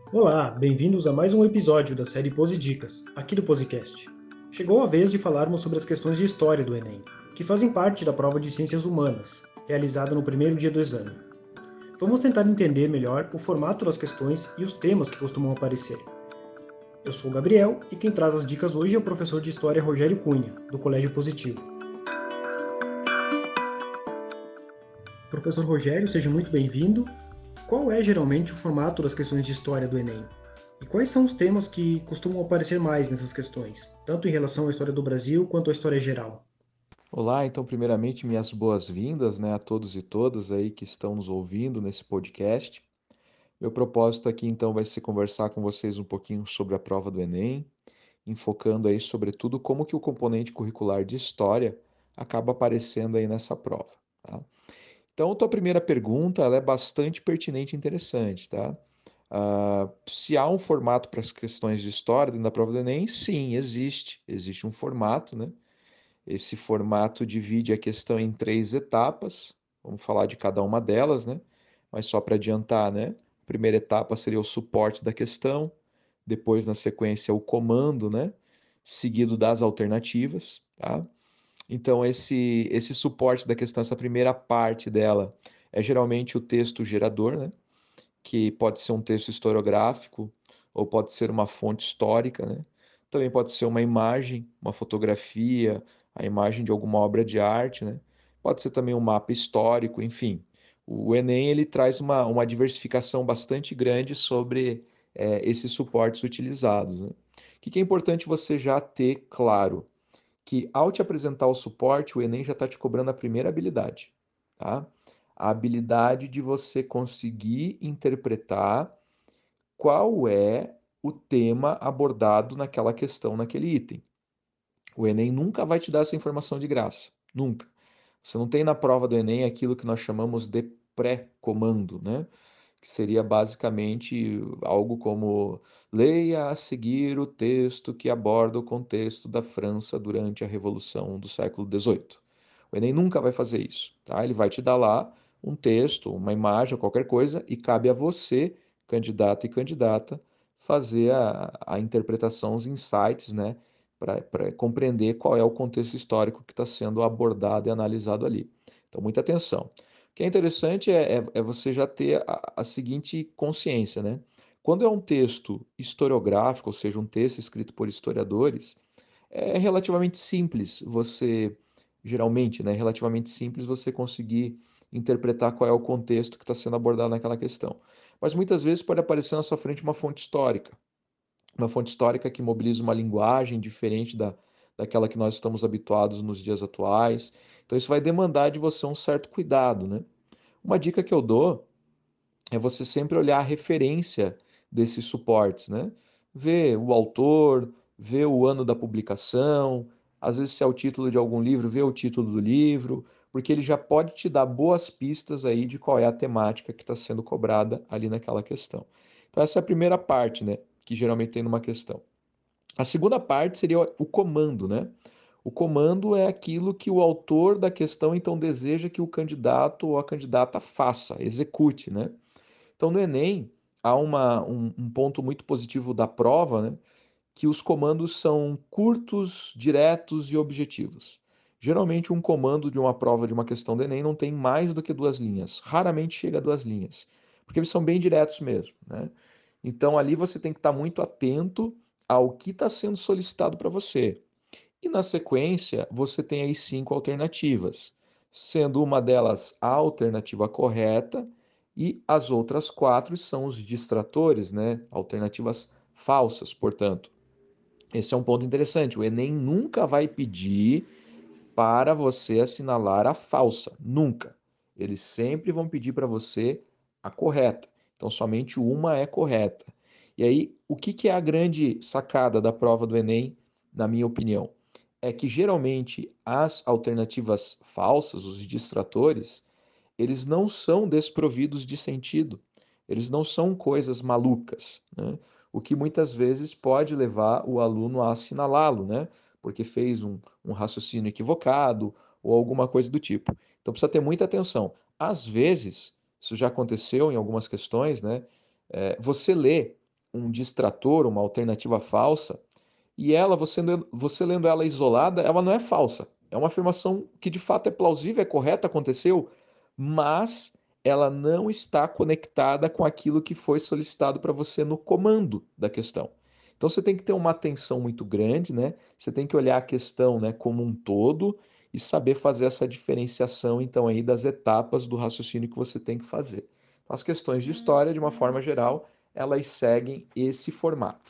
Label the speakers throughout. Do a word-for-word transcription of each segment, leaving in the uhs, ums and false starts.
Speaker 1: Olá, bem-vindos a mais um episódio da série Pose Dicas, aqui do Posecast. Chegou a vez de falarmos sobre as questões de história do Enem, que fazem parte da prova de Ciências Humanas, realizada no primeiro dia do exame. Vamos tentar entender melhor o formato das questões e os temas que costumam aparecer. Eu sou o Gabriel e quem traz as dicas hoje é o professor de História Rogério Cunha, do Colégio Positivo. Professor Rogério, seja muito bem-vindo. Qual é geralmente o formato das questões de história do Enem? E quais são os temas que costumam aparecer mais nessas questões, tanto em relação à história do Brasil quanto à história geral?
Speaker 2: Olá, então, primeiramente, minhas boas-vindas, né, a todos e todas aí que estão nos ouvindo nesse podcast. Meu propósito aqui, então, vai ser conversar com vocês um pouquinho sobre a prova do Enem, enfocando aí, sobretudo, como que o componente curricular de História acaba aparecendo aí nessa prova, tá? Então, a tua primeira pergunta, ela é bastante pertinente e interessante, tá? Ah, se há um formato para as questões de História dentro da prova do Enem, sim, existe. Existe um formato, né? Esse formato divide a questão em três etapas. Vamos falar de cada uma delas, né? Mas só para adiantar, né? A primeira etapa seria o suporte da questão, depois, na sequência, o comando, né? Seguido das alternativas, tá? Então, esse, esse suporte da questão, essa primeira parte dela, é geralmente o texto gerador, né? Que pode ser um texto historiográfico ou pode ser uma fonte histórica, né? Também pode ser uma imagem, uma fotografia, a imagem de alguma obra de arte, né? Pode ser também um mapa histórico, enfim. O Enem ele traz uma, uma diversificação bastante grande sobre é, esses suportes utilizados, né? O que que é importante você já ter claro? Que ao te apresentar o suporte, o Enem já está te cobrando a primeira habilidade, tá? A habilidade de você conseguir interpretar qual é o tema abordado naquela questão, naquele item. O Enem nunca vai te dar essa informação de graça, nunca. Você não tem na prova do Enem aquilo que nós chamamos de pré-comando, né? Que seria basicamente algo como leia a seguir o texto que aborda o contexto da França durante a Revolução do século dezoito. O Enem nunca vai fazer isso, tá? Ele vai te dar lá um texto, uma imagem, qualquer coisa, e cabe a você, candidato e candidata, fazer a, a interpretação, os insights, né? Para compreender qual é o contexto histórico que está sendo abordado e analisado ali. Então, muita atenção. O que é interessante é, é, é você já ter a, a seguinte consciência, né? Quando é um texto historiográfico, ou seja, um texto escrito por historiadores, é relativamente simples você, geralmente, né? Relativamente simples você conseguir interpretar qual é o contexto que está sendo abordado naquela questão. Mas muitas vezes pode aparecer na sua frente uma fonte histórica, uma fonte histórica que mobiliza uma linguagem diferente da, daquela que nós estamos habituados nos dias atuais. Então, isso vai demandar de você um certo cuidado, né? Uma dica que eu dou é você sempre olhar a referência desses suportes, né? Ver o autor, ver o ano da publicação, às vezes se é o título de algum livro, ver o título do livro, porque ele já pode te dar boas pistas aí de qual é a temática que está sendo cobrada ali naquela questão. Então essa é a primeira parte, né? Que geralmente tem numa questão. A segunda parte seria o comando, né? O comando é aquilo que o autor da questão então deseja que o candidato ou a candidata faça, execute, né? Então, no Enem, há uma, um, um ponto muito positivo da prova, né? Que os comandos são curtos, diretos e objetivos. Geralmente, um comando de uma prova de uma questão do Enem não tem mais do que duas linhas. Raramente chega a duas linhas, porque eles são bem diretos mesmo, né? Então, ali você tem que estar muito atento ao que está sendo solicitado para você. E na sequência, você tem aí cinco alternativas, sendo uma delas a alternativa correta e as outras quatro são os distratores, né? Alternativas falsas, portanto. Esse é um ponto interessante. O Enem nunca vai pedir para você assinalar a falsa, nunca. Eles sempre vão pedir para você a correta. Então, somente uma é correta. E aí, o que que é a grande sacada da prova do Enem, na minha opinião? É que geralmente as alternativas falsas, os distratores, eles não são desprovidos de sentido. Eles não são coisas malucas, né? O que muitas vezes pode levar o aluno a assinalá-lo, né? Porque fez um, um raciocínio equivocado ou alguma coisa do tipo. Então precisa ter muita atenção. Às vezes, isso já aconteceu em algumas questões, né? É, você lê um distrator, uma alternativa falsa, e ela, você, você lendo ela isolada, ela não é falsa. É uma afirmação que de fato é plausível, é correta, aconteceu, mas ela não está conectada com aquilo que foi solicitado para você no comando da questão. Então você tem que ter uma atenção muito grande, né? Você tem que olhar a questão, né, como um todo e saber fazer essa diferenciação, então, aí das etapas do raciocínio que você tem que fazer. Então, as questões de história, de uma forma geral, elas seguem esse formato.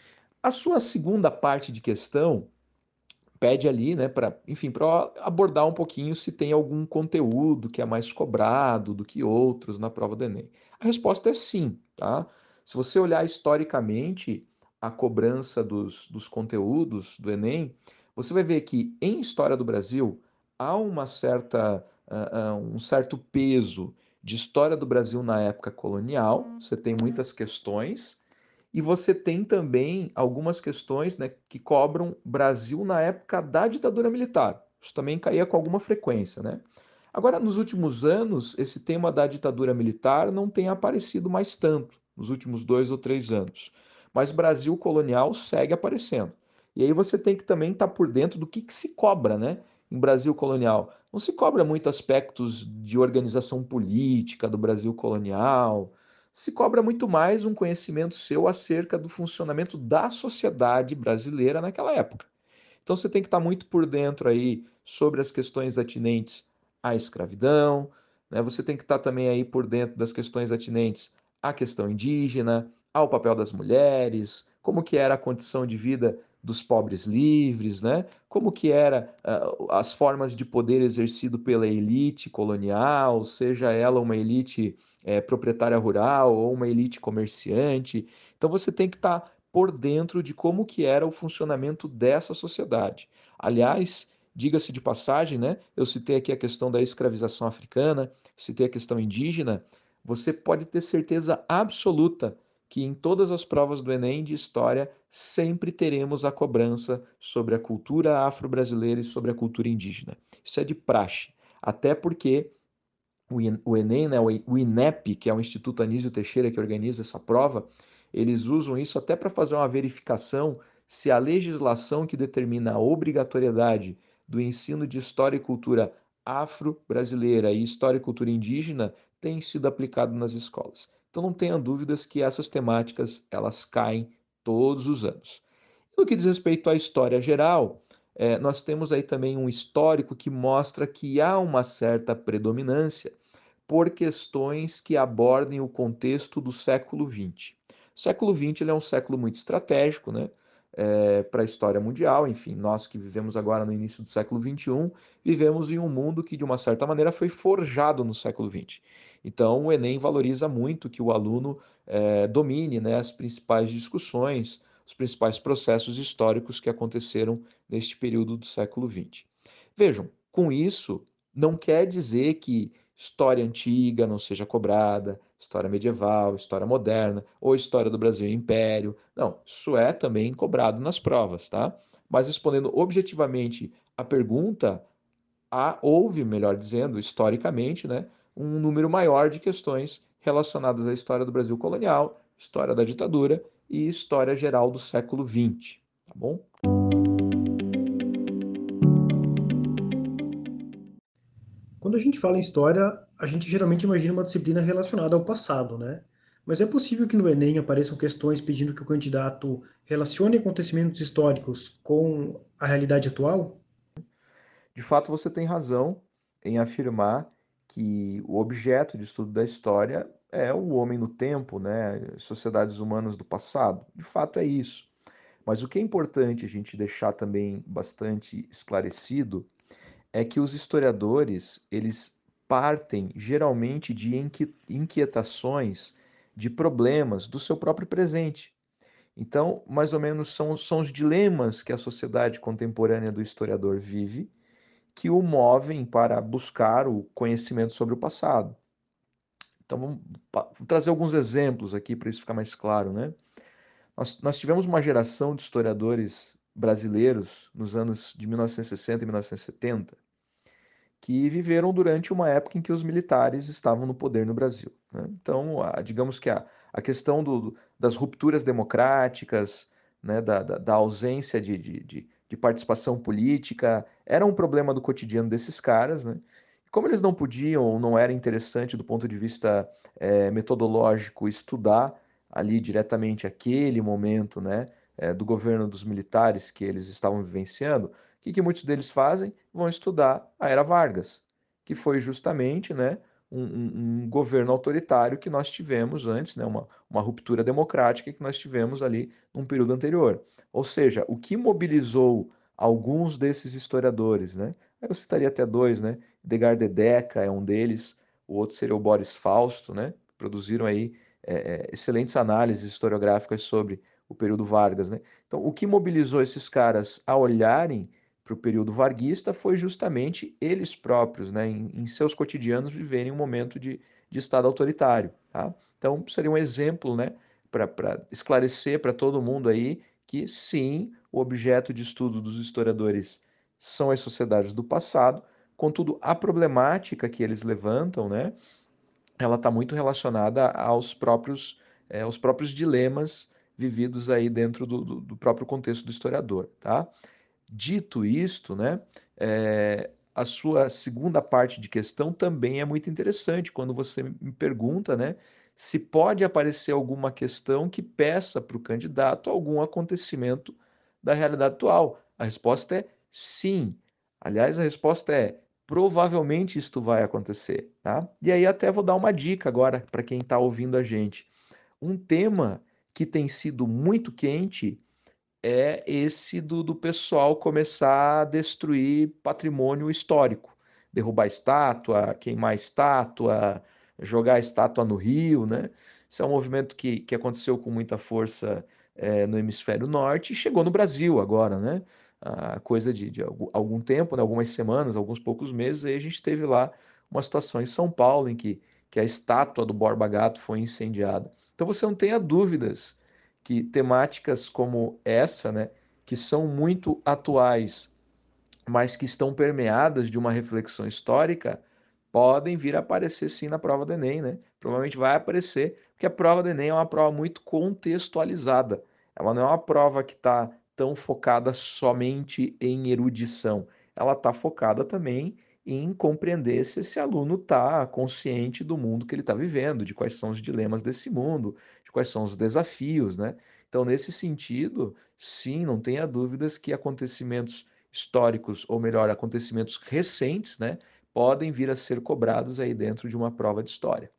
Speaker 2: A sua segunda parte de questão pede ali, né, para, enfim, para abordar um pouquinho se tem algum conteúdo que é mais cobrado do que outros na prova do Enem. A resposta é sim, tá? Se você olhar historicamente a cobrança dos, dos conteúdos do Enem, você vai ver que em História do Brasil há uma certa, uh, uh, um certo peso de História do Brasil na época colonial, você tem muitas questões, e você tem também algumas questões, né, que cobram Brasil na época da ditadura militar. Isso também caía com alguma frequência, né? Agora, nos últimos anos, esse tema da ditadura militar não tem aparecido mais tanto, nos últimos dois ou três anos. Mas Brasil colonial segue aparecendo. E aí você tem que também estar por dentro do que, que se cobra, né? Em Brasil colonial. Não se cobra muito aspectos de organização política do Brasil colonial, se cobra muito mais um conhecimento seu acerca do funcionamento da sociedade brasileira naquela época. Então você tem que estar muito por dentro aí sobre as questões atinentes à escravidão, né? Você tem que estar também aí por dentro das questões atinentes à questão indígena, ao papel das mulheres, como que era a condição de vida dos pobres livres, né? Como que era uh, as formas de poder exercido pela elite colonial, seja ela uma elite é, proprietária rural ou uma elite comerciante. Então você tem que estar por dentro de como que era o funcionamento dessa sociedade. Aliás, diga-se de passagem, né? Eu citei aqui a questão da escravização africana, citei a questão indígena. Você pode ter certeza absoluta que em todas as provas do Enem de história sempre teremos a cobrança sobre a cultura afro-brasileira e sobre a cultura indígena. Isso é de praxe. Até porque o Enem, né, o INEP, que é o Instituto Anísio Teixeira que organiza essa prova, eles usam isso até para fazer uma verificação se a legislação que determina a obrigatoriedade do ensino de história e cultura afro-brasileira e história e cultura indígena tem sido aplicado nas escolas. Então não tenha dúvidas que essas temáticas elas caem todos os anos. No que diz respeito à história geral, eh, nós temos aí também um histórico que mostra que há uma certa predominância por questões que abordem o contexto do século vinte. O século vinte ele é um século muito estratégico, né? É, para a história mundial, enfim, nós que vivemos agora no início do século vinte e um, vivemos em um mundo que, de uma certa maneira, foi forjado no século vinte. Então, o Enem valoriza muito que o aluno é, domine, né, as principais discussões, os principais processos históricos que aconteceram neste período do século vinte. Vejam, com isso, não quer dizer que história antiga não seja cobrada, história medieval, história moderna, ou história do Brasil e Império. Não, isso é também cobrado nas provas, tá? Mas respondendo objetivamente a pergunta, há, houve, melhor dizendo, historicamente, né, um número maior de questões relacionadas à história do Brasil colonial, história da ditadura e história geral do século vinte, tá bom?
Speaker 1: Quando a gente fala em história, a gente geralmente imagina uma disciplina relacionada ao passado, né? Mas é possível que no Enem apareçam questões pedindo que o candidato relacione acontecimentos históricos com a realidade atual?
Speaker 2: De fato, você tem razão em afirmar que o objeto de estudo da história é o homem no tempo, né? Sociedades humanas do passado. De fato, é isso. Mas o que é importante a gente deixar também bastante esclarecido é que os historiadores, eles partem geralmente de inquietações, de problemas do seu próprio presente. Então, mais ou menos são, são os dilemas que a sociedade contemporânea do historiador vive que o movem para buscar o conhecimento sobre o passado. Então, vamos, vamos trazer alguns exemplos aqui para isso ficar mais claro, né? Nós, nós tivemos uma geração de historiadores brasileiros nos anos de mil novecentos e sessenta e mil novecentos e setenta que viveram durante uma época em que os militares estavam no poder no Brasil, né? Então, a, digamos que a, a questão do, das rupturas democráticas, né, da, da, da ausência de, de, de, de participação política, era um problema do cotidiano desses caras, né? E como eles não podiam, ou não era interessante do ponto de vista eh, metodológico, estudar ali diretamente aquele momento, né, eh, do governo dos militares que eles estavam vivenciando, o que, que muitos deles fazem? Vão estudar a Era Vargas, que foi justamente, né, um, um- um governo autoritário que nós tivemos antes, né, uma, uma ruptura democrática que nós tivemos ali num período anterior. Ou seja, o que mobilizou alguns desses historiadores, né? Eu citaria até dois, né? Edgar Dedeca é um deles, o outro seria o Boris Fausto, né? Produziram aí é, é, excelentes análises historiográficas sobre o período Vargas, né? Então, o que mobilizou esses caras a olharem para o período varguista foi justamente eles próprios, né, em, em seus cotidianos, viverem um momento de, de Estado autoritário. Tá? Então, seria um exemplo, né, para esclarecer para todo mundo aí que, sim, o objeto de estudo dos historiadores são as sociedades do passado, contudo, a problemática que eles levantam, né, ela está muito relacionada aos próprios, é, aos próprios dilemas vividos aí dentro do, do, do próprio contexto do historiador, tá? Dito isto, né, é, a sua segunda parte de questão também é muito interessante, quando você me pergunta, né, se pode aparecer alguma questão que peça para o candidato algum acontecimento da realidade atual. A resposta é sim. Aliás, a resposta é provavelmente isto vai acontecer, tá? E aí até vou dar uma dica agora para quem está ouvindo a gente. Um tema que tem sido muito quente é esse do, do pessoal começar a destruir patrimônio histórico, derrubar estátua, queimar estátua, jogar estátua no rio, né? Isso é um movimento que, que aconteceu com muita força é, no hemisfério norte e chegou no Brasil agora, né? A coisa de, de algum tempo, né? Algumas semanas, alguns poucos meses, aí a gente teve lá uma situação em São Paulo em que, que a estátua do Borba Gato foi incendiada. Então você não tenha dúvidas que temáticas como essa, né, que são muito atuais, mas que estão permeadas de uma reflexão histórica, podem vir a aparecer sim na prova do Enem, né? Provavelmente vai aparecer, porque a prova do Enem é uma prova muito contextualizada. Ela não é uma prova que está tão focada somente em erudição. Ela está focada também em compreender se esse aluno está consciente do mundo que ele está vivendo, de quais são os dilemas desse mundo, de quais são os desafios, né? Então, nesse sentido, sim, não tenha dúvidas que acontecimentos históricos, ou melhor, acontecimentos recentes, né, podem vir a ser cobrados aí dentro de uma prova de história.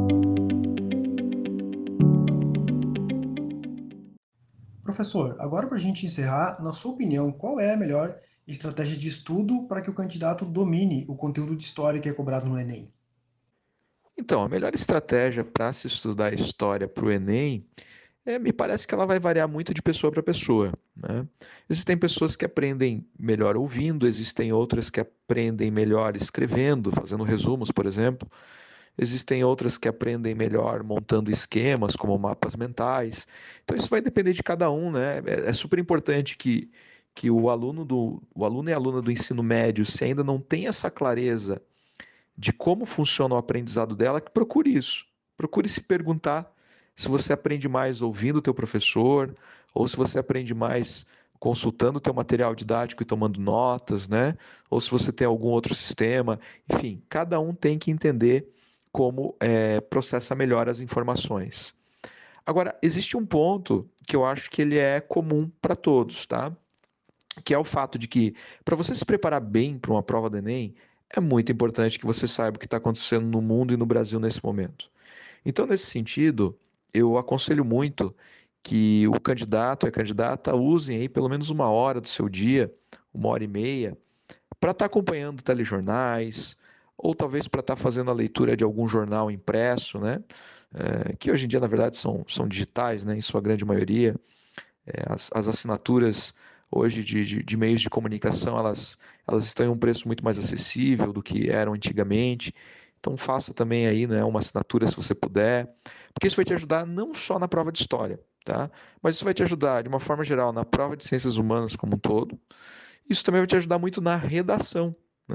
Speaker 1: Professor, agora para a gente encerrar, na sua opinião, qual é a melhor estratégia de estudo para que o candidato domine o conteúdo de história que é cobrado no Enem?
Speaker 2: Então, a melhor estratégia para se estudar história para o Enem, é, me parece que ela vai variar muito de pessoa para pessoa, né? Existem pessoas que aprendem melhor ouvindo, existem outras que aprendem melhor escrevendo, fazendo resumos, por exemplo. Existem outras que aprendem melhor montando esquemas, como mapas mentais. Então isso vai depender de cada um, né? É, é super importante que, que o aluno do, o aluno e a aluna do ensino médio, se ainda não tem essa clareza de como funciona o aprendizado dela, que procure isso. Procure se perguntar se você aprende mais ouvindo o teu professor, ou se você aprende mais consultando o teu material didático e tomando notas, né? Ou se você tem algum outro sistema. Enfim, cada um tem que entender como é, processa melhor as informações. Agora, existe um ponto que eu acho que ele é comum para todos, tá? Que é o fato de que, para você se preparar bem para uma prova do Enem, é muito importante que você saiba o que está acontecendo no mundo e no Brasil nesse momento. Então, nesse sentido, eu aconselho muito que o candidato e a candidata usem aí pelo menos uma hora do seu dia, uma hora e meia, para estar acompanhando telejornais, ou talvez para estar fazendo a leitura de algum jornal impresso, né? É, que hoje em dia, na verdade, são, são digitais, né? Em sua grande maioria. É, as, as assinaturas hoje de, de, de meios de comunicação, elas, elas estão em um preço muito mais acessível do que eram antigamente. Então faça também aí, né, uma assinatura se você puder, porque isso vai te ajudar não só na prova de história, tá? Mas isso vai te ajudar de uma forma geral na prova de ciências humanas como um todo. Isso também vai te ajudar muito na redação, né?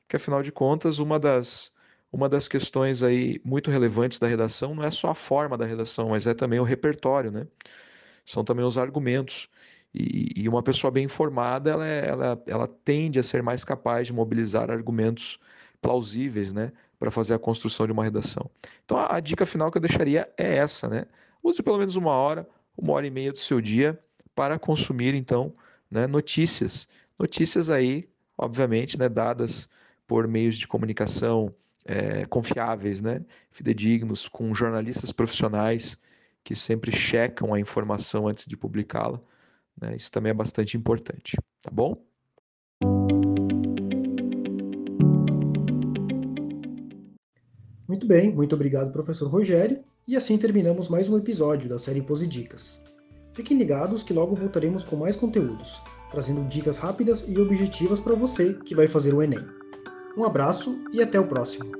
Speaker 2: que afinal de contas, uma das, uma das questões aí muito relevantes da redação não é só a forma da redação, mas é também o repertório, né? São também os argumentos. E, e uma pessoa bem informada, ela, é- ela, ela tende a ser mais capaz de mobilizar argumentos plausíveis, né, para fazer a construção de uma redação. Então, a, a dica final que eu deixaria é essa, né? Use pelo menos uma hora, uma hora e meia do seu dia para consumir, então, né, notícias. Notícias aí, obviamente, né, dadas por meios de comunicação é, confiáveis, né, fidedignos, com jornalistas profissionais que sempre checam a informação antes de publicá-la, né? Isso também é bastante importante, tá bom?
Speaker 1: Muito bem, muito obrigado, professor Rogério, e assim terminamos mais um episódio da série Posidicas. Fiquem ligados que logo voltaremos com mais conteúdos, trazendo dicas rápidas e objetivas para você que vai fazer o Enem. Um abraço e até o próximo!